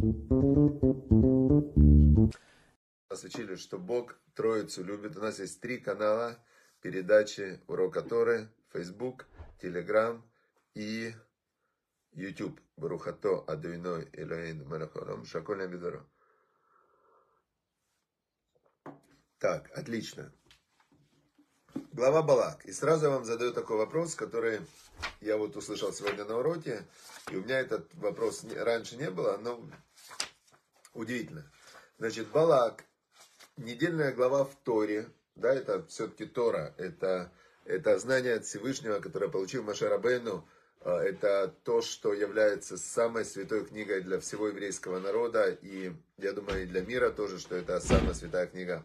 Нас учили, что Бог Троицу любит. У нас есть 3 канала передачи Урока Торы: Facebook, Telegram и YouTube. Барухато Адуиной Элоэйну мелech хаолам шаколь амидоро. Так, отлично. Глава Балак. И сразу я вам задаю такой вопрос, который я вот услышал сегодня на уроке. И у меня этот вопрос раньше не было, но удивительно. Значит, Балак. Недельная глава в Торе, да, это все-таки Тора, это знание от Всевышнего, которое получил Моше Рабейну, это то, что является самой святой книгой для всего еврейского народа, и я думаю, и для мира тоже, что это самая святая книга.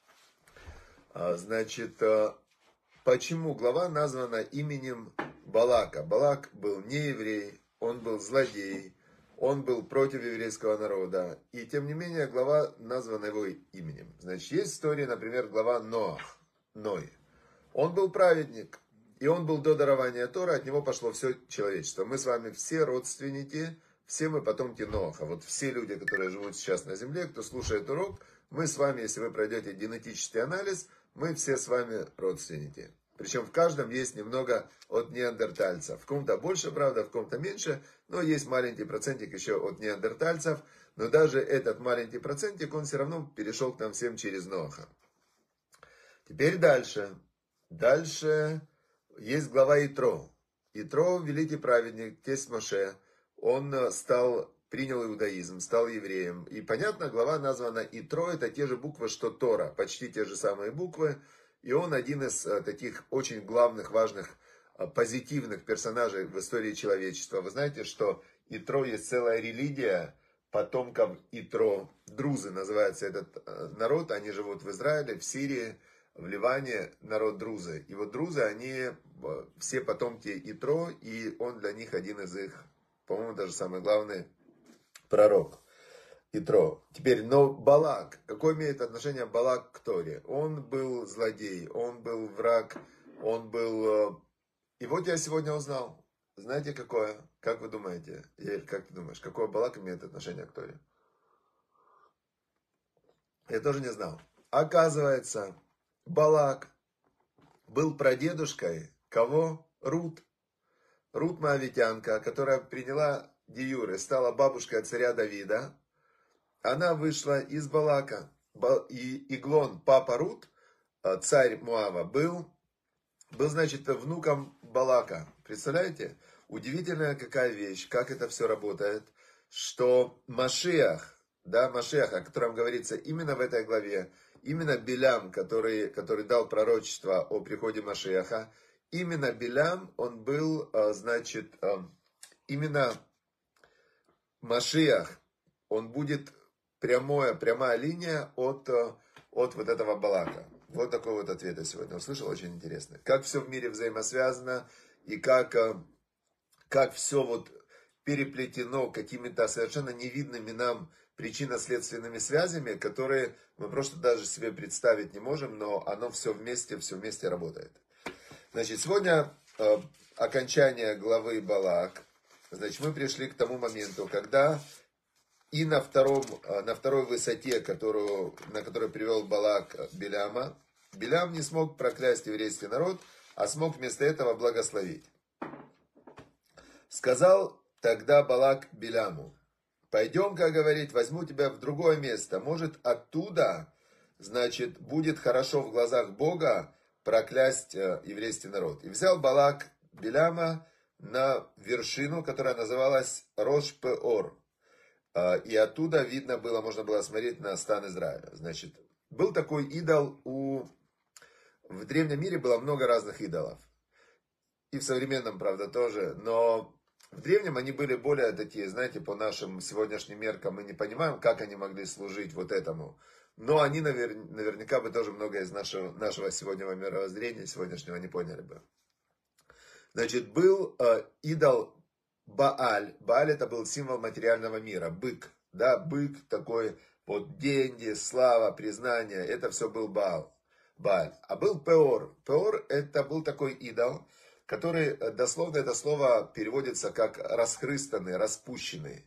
Значит, почему глава названа именем Балака? Балак был не еврей, он был злодей, он был против еврейского народа. И тем не менее, глава названа его именем. Значит, есть история, например, глава Ной. Он был праведник. И он был до дарования Тора, от него пошло все человечество. Мы с вами все родственники, все мы потомки Ноаха. Вот все люди, которые живут сейчас на земле, кто слушает урок, мы с вами, если вы пройдете генетический анализ, мы все с вами родственники. Причем в каждом есть немного от неандертальцев. В ком-то больше, правда, в ком-то меньше. Но есть маленький процентик еще от неандертальцев. Но даже этот маленький процентик, он все равно перешел к нам всем через Ноаха. Теперь дальше. Дальше есть глава Итро. Итро, великий праведник, тесть Моше. Он принял иудаизм, стал евреем. И понятно, глава названа Итро. Это те же буквы, что Тора. Почти те же самые буквы. И он один из таких очень главных, важных, позитивных персонажей в истории человечества. Вы знаете, что Итро есть целая религия потомков Итро. Друзы называется этот народ. Они живут в Израиле, в Сирии, в Ливане. Народ друзы. И вот друзы, они все потомки Итро. И он для них один из их, по-моему, даже самый главный пророк. Итро. Теперь, но Балак, какое имеет отношение Балак к Торе? Он был злодей, он был враг, он был... И вот я сегодня узнал, знаете какое? Как вы думаете? Ель, как ты думаешь, какое Балак имеет отношение к Торе? Я тоже не знал. Оказывается, Балак был прадедушкой кого? Рут. Рут моавитянка, которая приняла гиюр и стала бабушкой царя Давида. Она вышла из Балака. И Иглон, папа Рут, царь Моава, был, значит, внуком Балака. Представляете? Удивительная какая вещь, как это все работает, что Машиах, да, Машиах, о котором говорится именно в этой главе, именно Билям, который дал пророчество о приходе Машиаха, именно Билям, он был, значит, именно Машиах, он будет... Прямая линия от вот этого Балака. Вот такой вот ответ я сегодня услышал, очень интересно. Как все в мире взаимосвязано и как все вот переплетено какими-то совершенно невидными нам причинно-следственными связями, которые мы просто даже себе представить не можем, но оно все вместе работает. Значит, сегодня окончание главы Балак. Значит, мы пришли к тому моменту, когда... И на второй высоте, на которой привел Балак Биляма, Билям не смог проклясть еврейский народ, а смог вместо этого благословить. Сказал тогда Балак Биляму: пойдем-ка, говорит, возьму тебя в другое место. Может, оттуда, значит, будет хорошо в глазах Бога проклясть еврейский народ. И взял Балак Биляма на вершину, которая называлась Рош-Пеор. И оттуда видно было, можно было смотреть на стан Израиля. Значит, был такой идол в древнем мире было много разных идолов. И в современном, правда, тоже. Но в древнем они были более такие, знаете, по нашим сегодняшним меркам мы не понимаем, как они могли служить вот этому. Но они наверняка бы тоже многое из нашего сегодняшнего мировоззрения, сегодняшнего не поняли бы. Значит, был идол Бааль. Бааль это был символ материального мира. Бык. Да, бык такой, вот деньги, слава, признание. Это все был Бааль. А был Пеор. Пеор это был такой идол, который дословно это слово переводится как расхрыстанный, распущенный.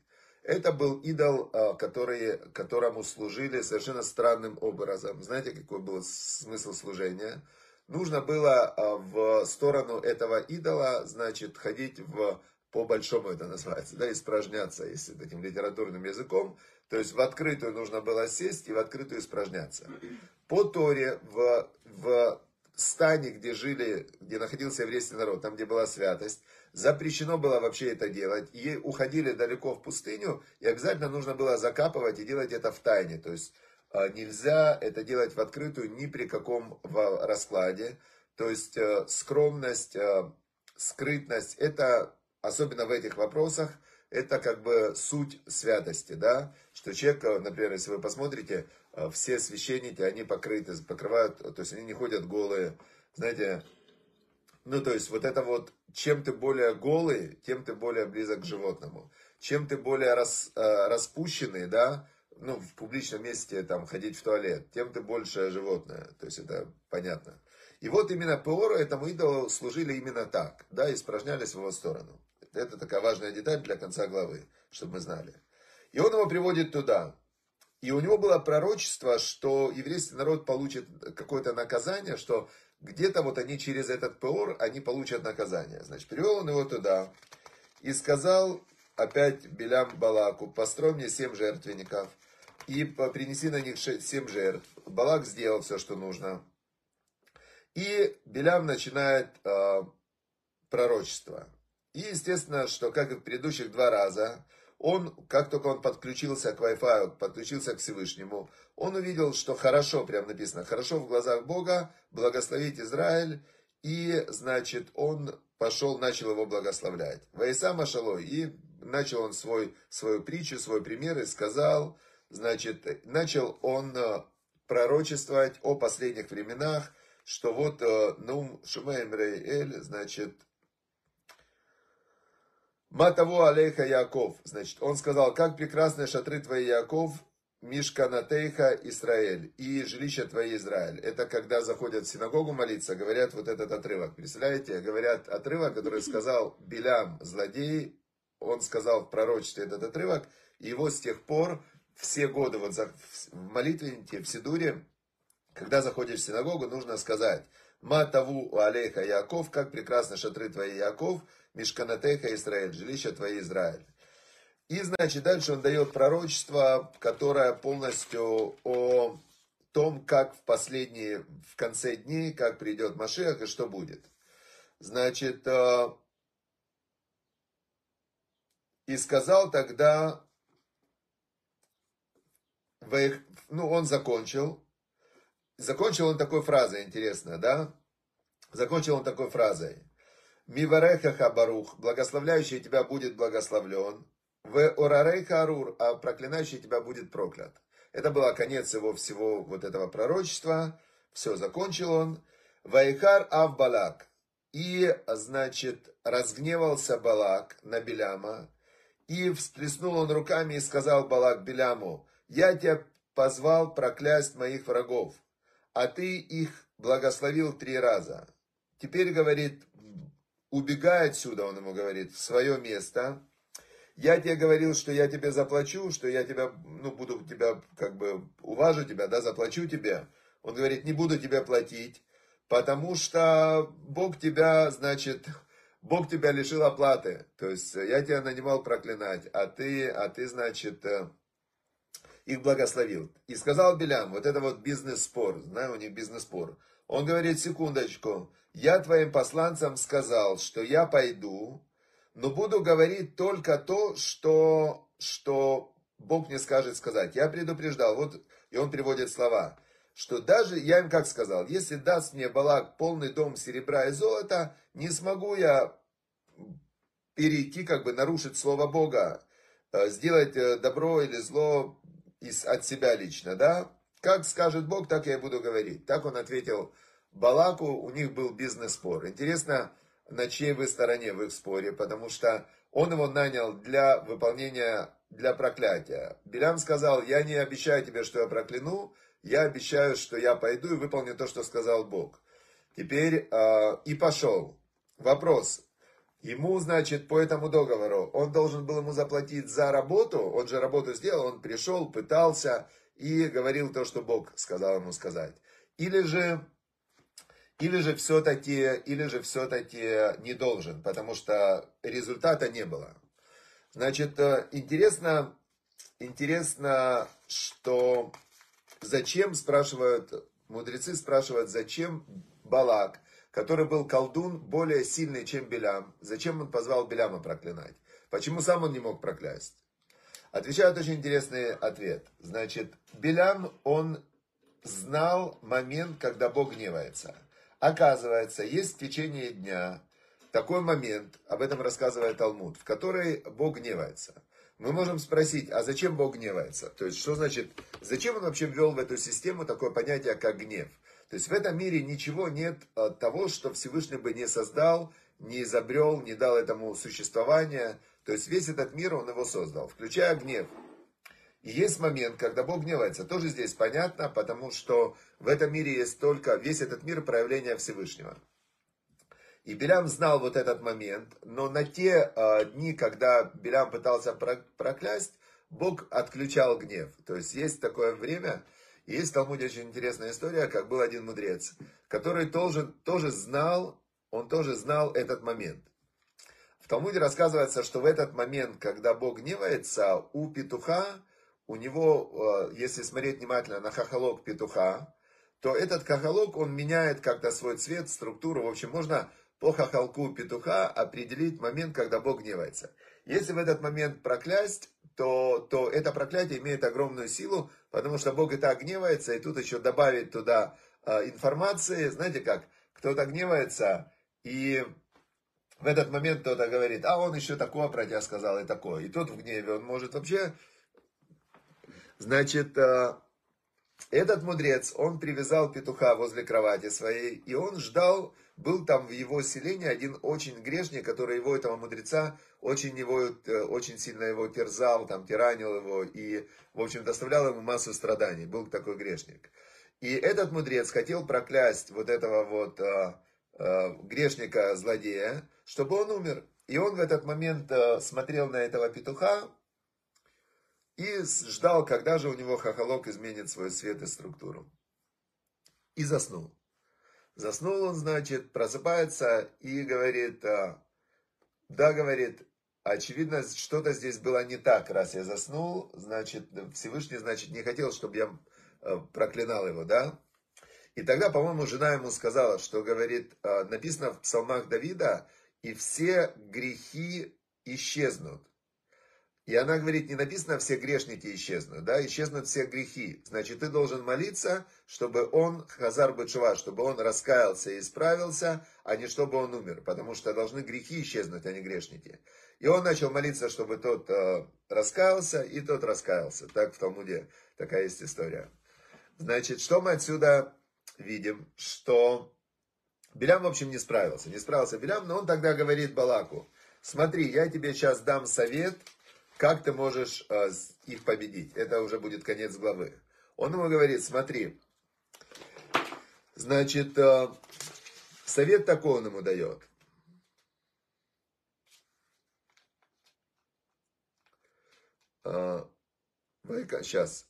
Это был идол, которому служили совершенно странным образом. Знаете, какой был смысл служения? Нужно было в сторону этого идола, значит, ходить по-большому это называется, да, испражняться, если таким литературным языком. То есть в открытую нужно было сесть и в открытую испражняться. По Торе в стане, где находился еврейский народ, там, где была святость, запрещено было вообще это делать. И уходили далеко в пустыню, и обязательно нужно было закапывать и делать это в тайне. То есть нельзя это делать в открытую ни при каком раскладе. То есть скромность, скрытность, это, особенно в этих вопросах, это как бы суть святости, да, что человек, например, если вы посмотрите, все священники, они покрывают, то есть они не ходят голые, знаете, ну, то есть вот это вот, чем ты более голый, тем ты более близок к животному, чем ты более распущенный, да, ну, в публичном месте, там, ходить в туалет, тем ты больше животное, то есть это понятно. И вот именно Пеору, этому идолу, служили именно так, да, испражнялись в его сторону. Это такая важная деталь для конца главы, чтобы мы знали. И он его приводит туда. И у него было пророчество, что еврейский народ получит какое-то наказание, что где-то вот они через этот Пеор, они получат наказание. Значит, привел он его туда и сказал опять Билям Балаку: построй мне 7 жертвенников и принеси на них 7 жертв. Балак сделал все, что нужно. И Билям начинает пророчество. И естественно, что как и в предыдущих 2 раза, как только он подключился к Wi-Fi, подключился к Всевышнему, он увидел, что хорошо, прям написано, хорошо в глазах Бога благословить Израиль, и, значит, он начал его благословлять. Ваиса Машалой, и начал он свою притчу, свой пример, и сказал, значит, начал он пророчествовать о последних временах, что вот, Шумаем Рей-Эль, значит, Матаву алейха Яков. Значит, он сказал: как прекрасны шатры твои, Яков, Мишканатейха Исраэль, и жилище твои, Израиль. Это когда заходят в синагогу молиться, говорят вот этот отрывок. Представляете, говорят отрывок, который сказал Билям, злодей, он сказал в пророчестве этот отрывок, и его с тех пор все годы вот в молитвеннике, в Сидуре, когда заходишь в синагогу, нужно сказать: Матаву алейха Яков, как прекрасны шатры твои, Яков, Мишканатеха Израиль, жилище твои, Израиль. И, значит, дальше он дает пророчество, которое полностью о том, как в конце дней, как придет Машиах и что будет. Значит, и сказал тогда, он закончил он такой фразой, интересно, да? Закончил он такой фразой: Миварехаха Барух, благословляющий тебя будет благословлен. В Орарейха Арур, а проклинающий тебя будет проклят. Это был конец его всего вот этого пророчества. Все, закончил он. Вайхар Ав Балак. И, значит, разгневался Балак на Биляма. И всплеснул он руками и сказал Балак Биляму: я тебя позвал проклясть моих врагов, а ты их благословил 3 раза. Теперь, говорит, убегай отсюда, он ему говорит, в свое место. Я тебе говорил, что я тебе заплачу, что я тебя, буду тебя, как бы, уважу тебя, да, заплачу тебе. Он говорит: не буду тебе платить, потому что Бог тебя лишил оплаты. То есть, я тебя нанимал проклинать, а ты, значит, их благословил. И сказал Билям, вот это вот бизнес-спор, знаю, у них бизнес-спор. Он говорит: секундочку, я твоим посланцам сказал, что я пойду, но буду говорить только то, что Бог мне скажет сказать. Я предупреждал, вот, и он приводит слова, что даже, я им как сказал, если даст мне Балак полный дом серебра и золота, не смогу я перейти, как бы нарушить слово Бога, сделать добро или зло от себя лично, да? Как скажет Бог, так я и буду говорить. Так он ответил Балаку, у них был бизнес-спор. Интересно, на чьей вы стороне в их споре, потому что он его нанял для выполнения, для проклятия. Билям сказал: я не обещаю тебе, что я прокляну, я обещаю, что я пойду и выполню то, что сказал Бог. Теперь и пошел. Вопрос. Ему, значит, по этому договору, он должен был ему заплатить за работу, он же работу сделал, он пришел, пытался и говорил то, что Бог сказал ему сказать. Или же все-таки не должен, потому что результата не было. Значит, интересно, что зачем, мудрецы спрашивают, зачем Балак, который был колдун более сильный, чем Билям, зачем он позвал Биляма проклинать? Почему сам он не мог проклясть? Отвечают очень интересный ответ. Значит, Билям, он знал момент, когда Бог гневается. Оказывается, есть в течение дня такой момент, об этом рассказывает Талмуд, в который Бог гневается. Мы можем спросить, а зачем Бог гневается? То есть, что значит, зачем он вообще ввел в эту систему такое понятие, как гнев? То есть, в этом мире ничего нет того, что Всевышний бы не создал, не изобрел, не дал этому существования. То есть, весь этот мир он его создал, включая гнев. И есть момент, когда Бог гневается. Тоже здесь понятно, потому что в этом мире есть только весь этот мир проявления Всевышнего. И Билям знал вот этот момент, но на те дни, когда Билям пытался проклясть, Бог отключал гнев. То есть есть такое время, и есть в Талмуде очень интересная история, как был один мудрец, который тоже знал этот момент. В Талмуде рассказывается, что в этот момент, когда Бог гневается, у петуха, у него, если смотреть внимательно на хохолок петуха, то этот хохолок, он меняет как-то свой цвет, структуру. В общем, можно по хохолку петуха определить момент, когда Бог гневается. Если в этот момент проклясть, то это проклятие имеет огромную силу, потому что Бог и так гневается, и тут еще добавить туда информации. Знаете как, кто-то гневается, и в этот момент кто-то говорит, а он еще такое про тебя сказал, и такое. И тот в гневе, он может вообще... Значит, этот мудрец, он привязал петуха возле кровати своей, и он ждал, был там в его селении один очень грешник, который этого мудреца, очень сильно его терзал, там, тиранил его, и, в общем, доставлял ему массу страданий, был такой грешник. И этот мудрец хотел проклясть вот этого вот грешника-злодея, чтобы он умер. И он в этот момент смотрел на этого петуха, и ждал, когда же у него хохолок изменит свой цвет и структуру. И заснул. Заснул он, значит, просыпается и говорит, говорит, очевидно, что-то здесь было не так, раз я заснул, значит, Всевышний, значит, не хотел, чтобы я проклинал его, да? И тогда, по-моему, жена ему сказала, что, говорит, написано в псалмах Давида, и все грехи исчезнут. И она говорит, не написано, все грешники исчезнут, да, исчезнут все грехи. Значит, ты должен молиться, чтобы он, хазар бетшува, чтобы он раскаялся и исправился, а не чтобы он умер, потому что должны грехи исчезнуть, а не грешники. И он начал молиться, чтобы тот раскаялся, и тот раскаялся. Так в Талмуде такая есть история. Значит, что мы отсюда видим? Что Билям, в общем, не справился Билям, но он тогда говорит Балаку, смотри, я тебе сейчас дам совет, как ты можешь их победить? Это уже будет конец главы. Он ему говорит, смотри, значит, совет такой он ему дает. Сейчас.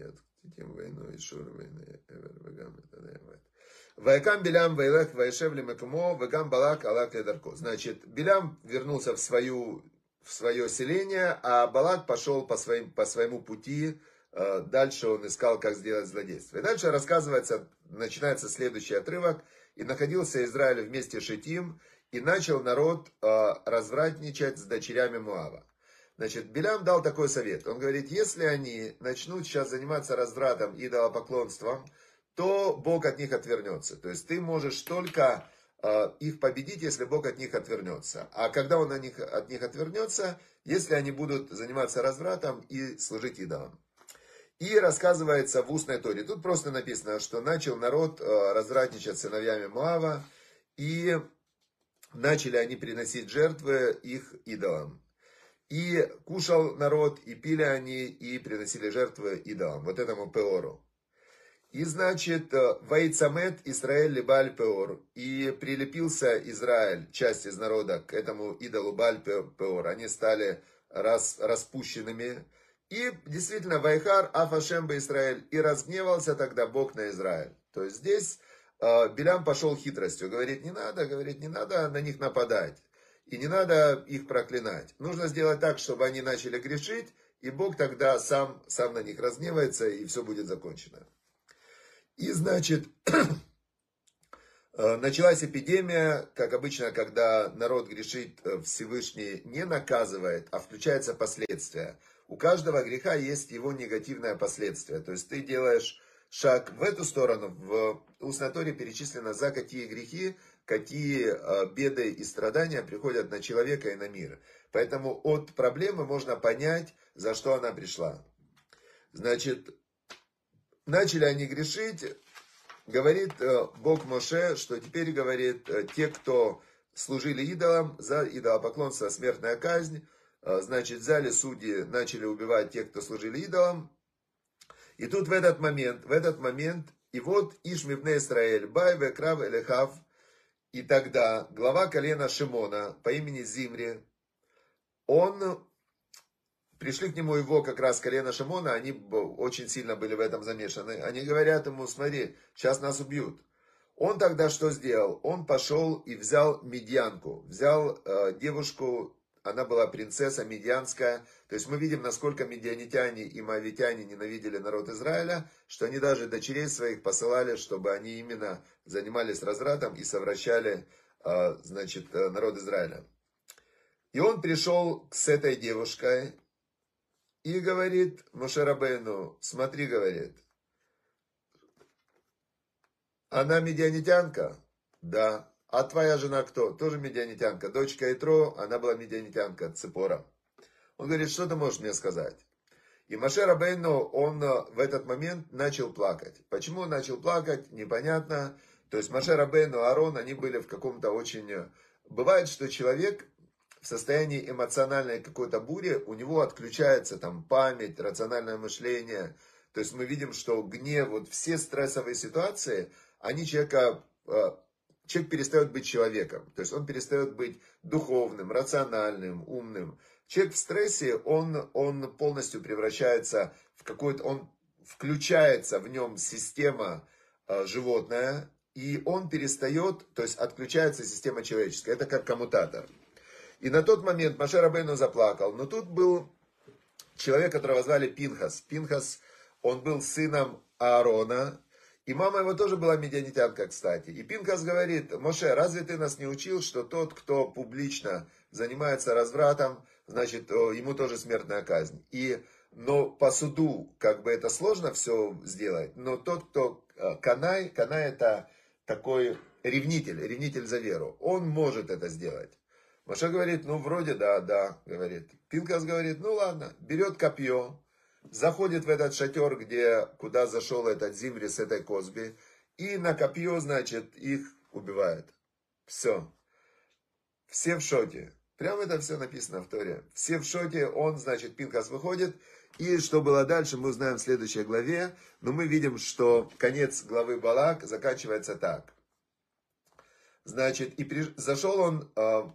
Вайкам Билям вайлех вайшев лимекумо вайкам Балак алак ледарко. Значит, Билям вернулся в свое селение, а Балак пошел по своему пути. Дальше он искал, как сделать злодейство. И дальше начинается следующий отрывок. И находился Израиль вместе с Шитим, и начал народ развратничать с дочерями Моава. Значит, Билям дал такой совет. Он говорит, если они начнут сейчас заниматься развратом, идолопоклонством, то Бог от них отвернется. То есть ты можешь только их победить, если Бог от них отвернется. А когда он от них отвернется, если они будут заниматься развратом и служить идолам. И рассказывается в устной Торе. Тут просто написано, что начал народ развратничать с сыновьями Моава, и начали они приносить жертвы их идолам. И кушал народ, и пили они, и приносили жертвы идолам, вот этому Пеору. И, значит, «Ваицамет Исраэль Либаль Пеор». И прилепился Израиль, часть из народа, к этому идолу Баль Пеор. Они стали распущенными. И действительно, «Вайхар Афашем Ба Исраэль». И разгневался тогда Бог на Израиль. То есть здесь Билям пошел хитростью. Говорит, не надо на них нападать. И не надо их проклинать. Нужно сделать так, чтобы они начали грешить. И Бог тогда сам на них разгневается, и все будет закончено. И, значит, началась эпидемия, как обычно, когда народ грешит, Всевышний не наказывает, а включаются последствия. У каждого греха есть его негативное последствие. То есть ты делаешь шаг в эту сторону, в устной Торе перечислено, за какие грехи, какие беды и страдания приходят на человека и на мир. Поэтому от проблемы можно понять, за что она пришла. Значит, начали они грешить, говорит Бог Моше, что теперь, говорит, те, кто служили идолам, за идолопоклонство смертная казнь. Значит, взяли судьи, начали убивать тех, кто служили идолам. И тут в этот момент, и вот Ишмибне Исраэль, Байве Крав Элехав, и тогда глава колена Шимона по имени Зимри, пришли к нему его как раз колено Шимона, они очень сильно были в этом замешаны. Они говорят ему, смотри, сейчас нас убьют. Он тогда что сделал? Он пошел и взял медьянку, взял девушку, она была принцесса медьянская. То есть мы видим, насколько медианитяне и моавитяне ненавидели народ Израиля, что они даже дочерей своих посылали, чтобы они именно занимались развратом и совращали, значит, народ Израиля. И он пришел с этой девушкой и говорит Моше Рабейну, смотри, говорит, она медианитянка? Да. А твоя жена кто? Тоже медианитянка. Дочка Итро, она была медианитянка, Ципора. Он говорит, что ты можешь мне сказать? И Моше Рабейну, он в этот момент начал плакать. Почему он начал плакать, непонятно. То есть Моше Рабейну, Аарон, они были в каком-то очень... Бывает, что человек в состоянии эмоциональной какой-то бури, у него отключается там память, рациональное мышление. То есть мы видим, что гнев, вот все стрессовые ситуации, они человек перестает быть человеком. То есть он перестает быть духовным, рациональным, умным. Человек в стрессе, он полностью превращается в какой-то, он включается в нем система животная, и он перестает, то есть отключается система человеческая. Это как коммутатор. И на тот момент Моше Рабейну заплакал. Но тут был человек, которого звали Пинхас. Пинхас, он был сыном Аарона. И мама его тоже была медианитянка, кстати. И Пинхас говорит, Моше, разве ты нас не учил, что тот, кто публично занимается развратом, значит, ему тоже смертная казнь. Но по суду, как бы это сложно все сделать, но тот, кто канай это такой ревнитель за веру, он может это сделать. Моше говорит, ну вроде да, говорит. Пинхас говорит, ну ладно, берет копье, заходит в этот шатер, куда зашел этот Зимри с этой Козби, и на копье, значит, их убивает. Все. Все в шоке. Прямо это все написано в Торе. Все в шоке, значит, Пинхас выходит. И что было дальше, мы узнаем в следующей главе. Но мы видим, что конец главы Балак заканчивается так. Значит, зашел он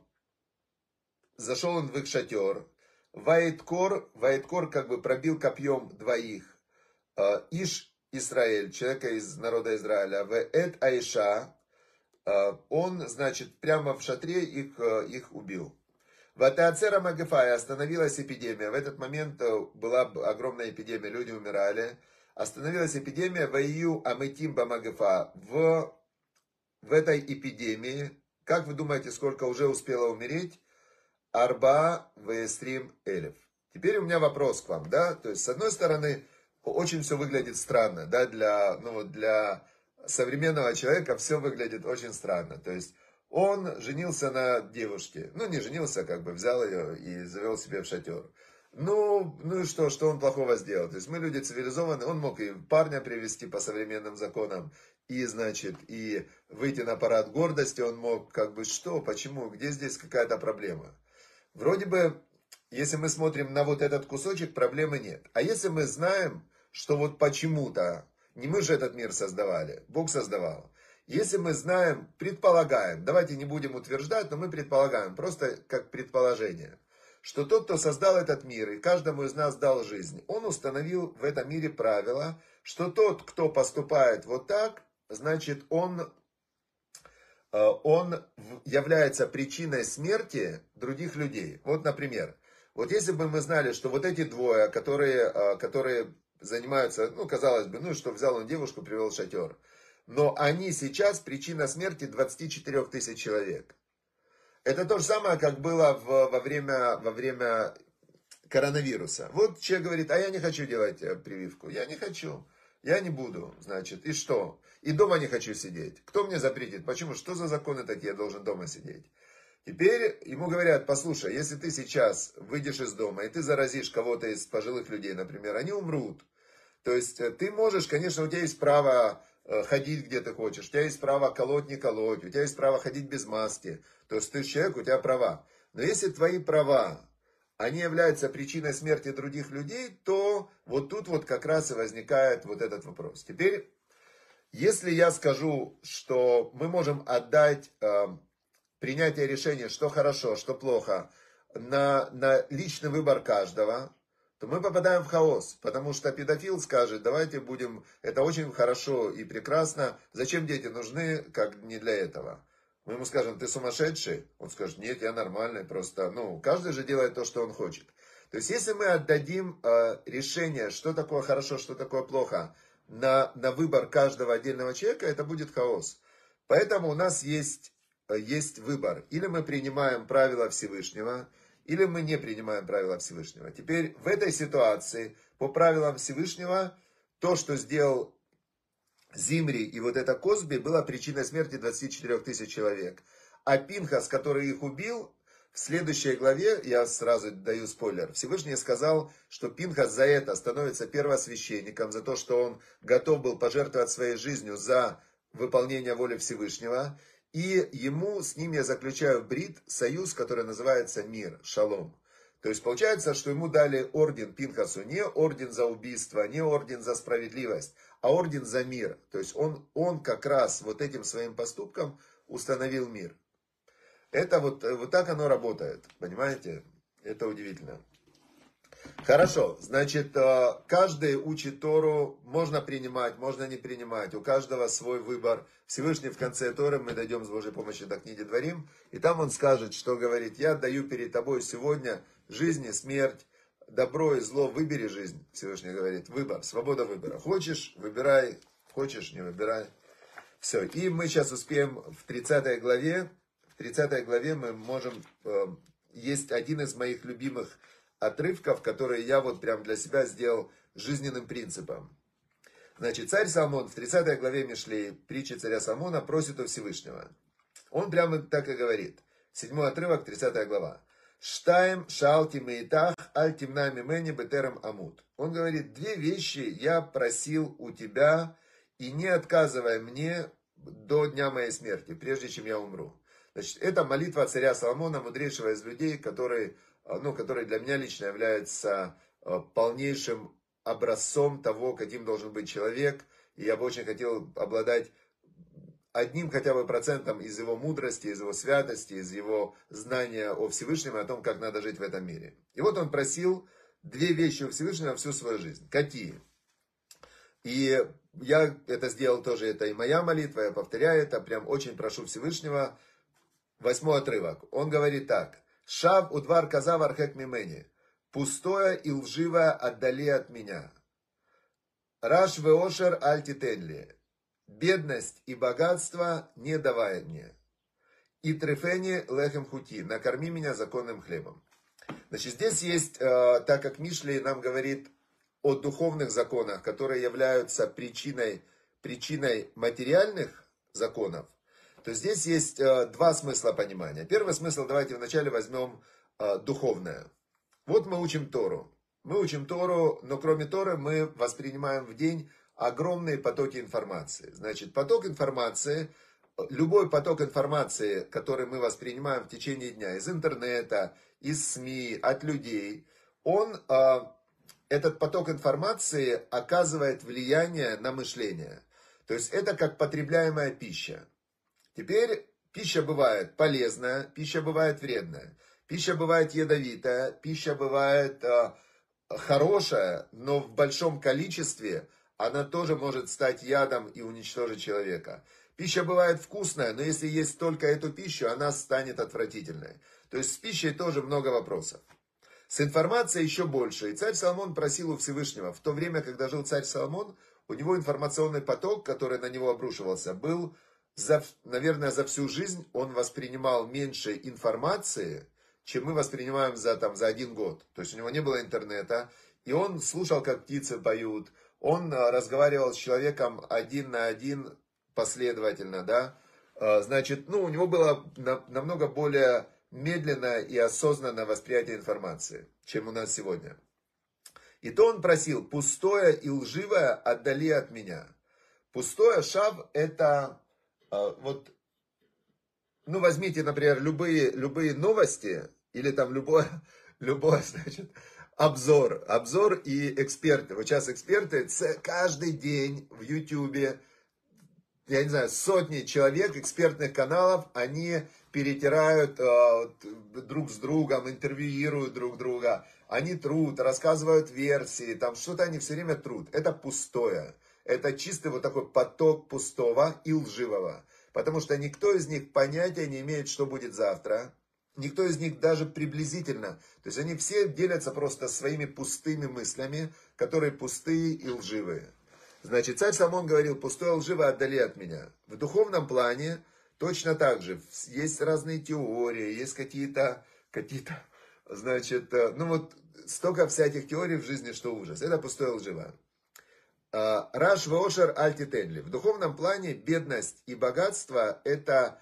в их шатер. Ваиткор как бы пробил копьем двоих. Иш Исраэль, человека из народа Израиля. Вэт Аиша. Он, значит, прямо в шатре их убил. Ватеацера Магефая, остановилась эпидемия. В этот момент была огромная эпидемия, люди умирали. Остановилась эпидемия Ваию Аметим Бамагефа. В этой эпидемии, как вы думаете, сколько уже успело умереть? Арба Вестрим Элев. Теперь у меня вопрос к вам, да? То есть, с одной стороны, очень все выглядит странно, да, для современного человека все выглядит очень странно. То есть, он женился на девушке. Ну, не женился, как бы взял ее и завел себе в шатер. Ну и что он плохого сделал? То есть, мы люди цивилизованные, он мог и парня привести по современным законам, и, значит, и выйти на парад гордости он мог, как бы, что, почему, где здесь какая-то проблема? Вроде бы, если мы смотрим на вот этот кусочек, проблемы нет. А если мы знаем, что вот почему-то Не мы же этот мир создавали, Бог создавал. Если мы знаем, предполагаем, давайте не будем утверждать, но мы предполагаем, просто как предположение, что тот, кто создал этот мир и каждому из нас дал жизнь, он установил в этом мире правила, что тот, кто поступает вот так, значит, он является причиной смерти других людей. Вот, например, вот если бы мы знали, что вот эти двое, которые занимаются, ну, казалось бы, ну, что взял он девушку, привел в шатер, но они сейчас причина смерти 24 тысяч человек. Это то же самое, как было во время коронавируса. Вот человек говорит, а я не хочу делать прививку. Я не хочу. Я не буду, значит. И что? И дома не хочу сидеть. Кто мне запретит? Почему? Что за законы такие? Я должен дома сидеть. Теперь ему говорят, послушай, если ты сейчас выйдешь из дома, и ты заразишь кого-то из пожилых людей, например, они умрут. То есть ты можешь, конечно, у тебя есть право ходить где ты хочешь, у тебя есть право колоть, не колоть, у тебя есть право ходить без маски. То есть ты человек, у тебя права. Но если твои права, они являются причиной смерти других людей, то вот тут вот как раз и возникает вот этот вопрос. Теперь, если я скажу, что мы можем отдать принятие решения, что хорошо, что плохо, на личный выбор каждого, то мы попадаем в хаос, потому что педофил скажет, давайте будем, это очень хорошо и прекрасно, зачем дети нужны, как не для этого. Мы ему скажем, ты сумасшедший? Он скажет, нет, я нормальный, просто, ну, каждый же делает то, что он хочет. То есть, если мы отдадим решение, что такое хорошо, что такое плохо, на выбор каждого отдельного человека, это будет хаос. Поэтому у нас есть выбор. Или мы принимаем правила Всевышнего, или мы не принимаем правила Всевышнего. Теперь в этой ситуации, по правилам Всевышнего, то, что сделал Зимри и вот это Козби, было причиной смерти 24 тысяч человек. А Пинхас, который их убил, в следующей главе, я сразу даю спойлер, Всевышний сказал, что Пинхас за это становится первосвященником, за то, что он готов был пожертвовать своей жизнью за выполнение воли Всевышнего. И ему, с ним я заключаю брит, союз, который называется мир, шалом. То есть получается, что ему дали орден Пинхасу, не орден за убийство, не орден за справедливость, а орден за мир. То есть он как раз вот этим своим поступком установил мир. Это вот так оно работает, понимаете? Это удивительно. Хорошо, значит, каждый учит Тору, можно принимать, можно не принимать, у каждого свой выбор. Всевышний в конце Торы, мы дойдем с Божьей помощью до книги Дворим, и там он скажет, что говорит, я даю перед тобой сегодня жизнь и смерть, добро и зло, выбери жизнь, Всевышний говорит, выбор, свобода выбора. Хочешь, выбирай, хочешь, не выбирай. Все, и мы сейчас успеем в 30 главе, мы можем, есть один из моих любимых отрывков, которые я вот прям для себя сделал жизненным принципом. Значит, царь Соломон в 30 главе Мишлей, притчи царя Соломона, просит у Всевышнего. Он прямо так и говорит. 7 отрывок, 30 глава. Штаем шалти меитах аль тимна мимени бетерем амут. Он говорит, две вещи я просил у тебя, и не отказывай мне до дня моей смерти, прежде чем я умру. Значит, это молитва царя Соломона, мудрейшего из людей, который для меня лично является полнейшим образцом того, каким должен быть человек. И я бы очень хотел обладать одним хотя бы процентом из его мудрости, из его святости, из его знания о Всевышнем и о том, как надо жить в этом мире. И вот он просил две вещи у Всевышнего всю свою жизнь. Какие? И я это сделал тоже, это и моя молитва, я повторяю это, прям очень прошу Всевышнего. 8 отрывок. Он говорит так. Шав удвар казав архек мимени. Пустое и лживое отдали от меня. Раш веошер альтитенли. Бедность и богатство не давай мне. И трефени лехем хути. Накорми меня законным хлебом. Значит, здесь есть, так как Мишлей нам говорит о духовных законах, которые являются причиной материальных законов, то здесь есть два смысла понимания. Первый смысл, давайте вначале возьмем духовное. Вот мы учим Тору. Но кроме Торы мы воспринимаем в день огромные потоки информации. Значит, любой поток информации, который мы воспринимаем в течение дня, из интернета, из СМИ, от людей, он этот поток информации оказывает влияние на мышление. То есть это как потребляемая пища. Теперь пища бывает полезная, пища бывает вредная, пища бывает ядовитая, пища бывает хорошая, но в большом количестве она тоже может стать ядом и уничтожить человека. Пища бывает вкусная, но если есть только эту пищу, она станет отвратительной. То есть с пищей тоже много вопросов. С информацией еще больше. И царь Соломон просил у Всевышнего. В то время, когда жил царь Соломон, у него информационный поток, который на него обрушивался, был, наверное, за всю жизнь он воспринимал меньше информации, чем мы воспринимаем за 1 год. То есть у него не было интернета, и он слушал, как птицы поют, он разговаривал с человеком один на один последовательно, да. Значит, у него было намного более медленное и осознанное восприятие информации, чем у нас сегодня. И то он просил: пустое и лживое отдали от меня. Пустое, шав, это возьмите, например, любые новости, или там любой, значит, обзор и эксперты. Вот сейчас эксперты каждый день в Ютубе, я не знаю, сотни человек, экспертных каналов, они перетирают друг с другом, интервьюируют друг друга, они трут, рассказывают версии, там что-то они все время трут. Это пустое. Это чистый вот такой поток пустого и лживого. Потому что никто из них понятия не имеет, что будет завтра. Никто из них даже приблизительно. То есть они все делятся просто своими пустыми мыслями, которые пустые и лживые. Значит, царь Соломон говорил: пустое и лживое отдали от меня. В духовном плане точно так же. Есть разные теории, есть какие-то, значит, столько всяких теорий в жизни, что ужас. Это пустое и лживое. Раш веошер аль титен ли. В духовном плане бедность и богатство это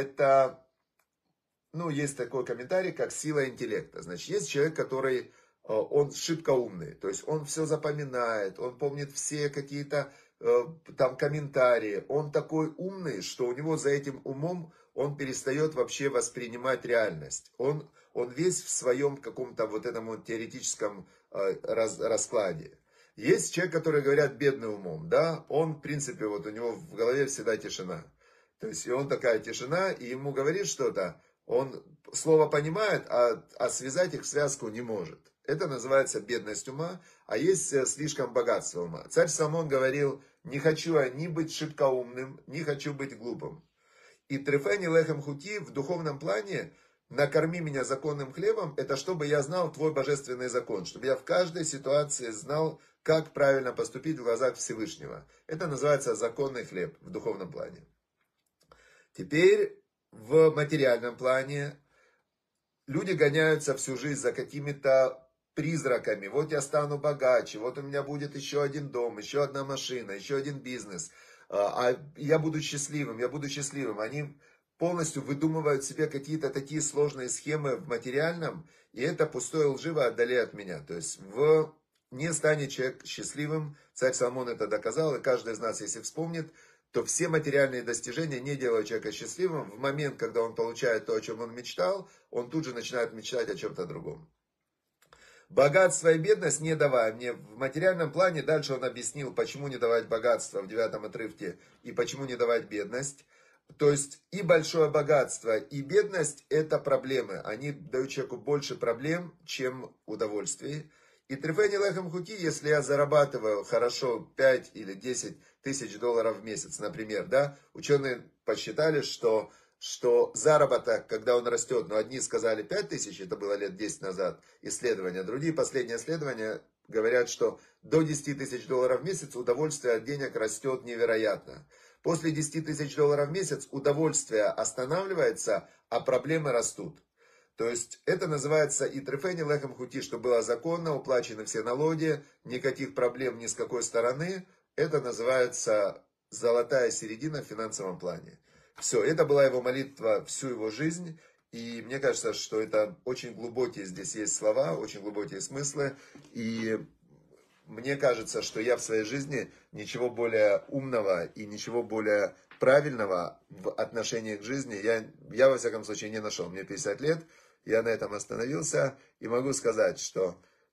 есть такой комментарий, как сила интеллекта. Значит, есть человек, который, он шибко умный, то есть он все запоминает, он помнит все какие-то там комментарии, он такой умный, что у него за этим умом он перестает вообще воспринимать реальность. Он весь в своем каком-то вот этом теоретическом раскладе. Есть человек, который говорят бедный умом, да, он в принципе вот у него в голове всегда тишина. То есть и он такая тишина, и ему говорит что-то, он слово понимает, а связать их в связку не может. Это называется бедность ума, а есть слишком богатство ума. Царь Соломон говорил: не хочу я ни быть шибко умным, не хочу быть глупым. И трефени лехем хути в духовном плане: накорми меня законным хлебом, это чтобы я знал твой божественный закон, чтобы я в каждой ситуации знал, как правильно поступить в глазах Всевышнего. Это называется законный хлеб в духовном плане. Теперь в материальном плане люди гоняются всю жизнь за какими-то призраками. Вот я стану богаче, вот у меня будет еще один дом, еще одна машина, еще один бизнес. А я буду счастливым. Они полностью выдумывают себе какие-то такие сложные схемы в материальном, и это пустое и лживое отдали от меня. То есть не станет человек счастливым. Царь Соломон это доказал, и каждый из нас, если вспомнит, то все материальные достижения не делают человека счастливым. В момент, когда он получает то, о чем он мечтал, он тут же начинает мечтать о чем-то другом. Богатство и бедность не давай мне. В материальном плане дальше он объяснил, почему не давать богатство в 9 отрывке и почему не давать бедность. То есть и большое богатство, и бедность – это проблемы. Они дают человеку больше проблем, чем удовольствий. И трефени лехем хути, если я зарабатываю хорошо 5 или 10 тысяч долларов в месяц, например, да, ученые посчитали, что заработок, когда он растет, одни сказали 5 тысяч, это было лет 10 назад, исследования, другие последние исследования говорят, что до 10 тысяч долларов в месяц удовольствие от денег растет невероятно. После 10 тысяч долларов в месяц удовольствие останавливается, а проблемы растут. То есть это называется и трефени лехем хути, что было законно, уплачены все налоги, никаких проблем ни с какой стороны. Это называется золотая середина в финансовом плане. Все, это была его молитва всю его жизнь. И мне кажется, что это очень глубокие здесь есть слова, очень глубокие смыслы. И мне кажется, что я в своей жизни ничего более умного и ничего более правильного в отношении к жизни я во всяком случае не нашел. Мне 50 лет, я на этом остановился и могу сказать, что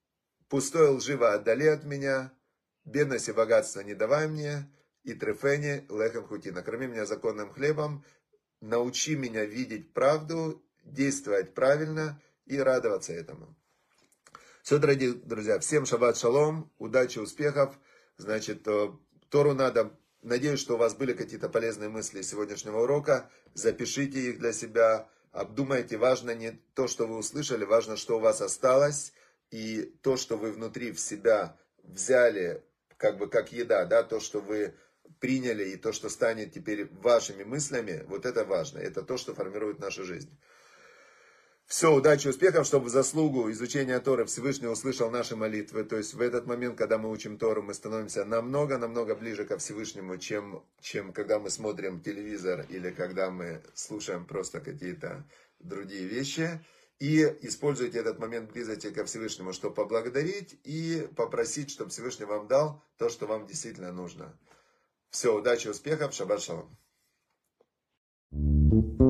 Пустое лживо отдали от меня, бедность и богатство не давай мне, и трефени лехем хути. Накорми меня законным хлебом, научи меня видеть правду, действовать правильно и радоваться этому. Все, дорогие друзья, всем шаббат шалом, удачи, успехов. Значит, Тору надо, надеюсь, что у вас были какие-то полезные мысли из сегодняшнего урока. Запишите их для себя, обдумайте. Важно не то, что вы услышали, важно, что у вас осталось. И то, что вы внутри в себя взяли, как бы как еда, да, то, что вы приняли, и то, что станет теперь вашими мыслями, вот это важно. Это то, что формирует нашу жизнь. Все, удачи, успехов, чтобы в заслугу изучения Торы Всевышний услышал наши молитвы. То есть в этот момент, когда мы учим Тору, мы становимся намного ближе ко Всевышнему, чем когда мы смотрим телевизор или когда мы слушаем просто какие-то другие вещи. И используйте этот момент близости ко Всевышнему, чтобы поблагодарить и попросить, чтобы Всевышний вам дал то, что вам действительно нужно. Все, удачи, успехов, шаббат шалом.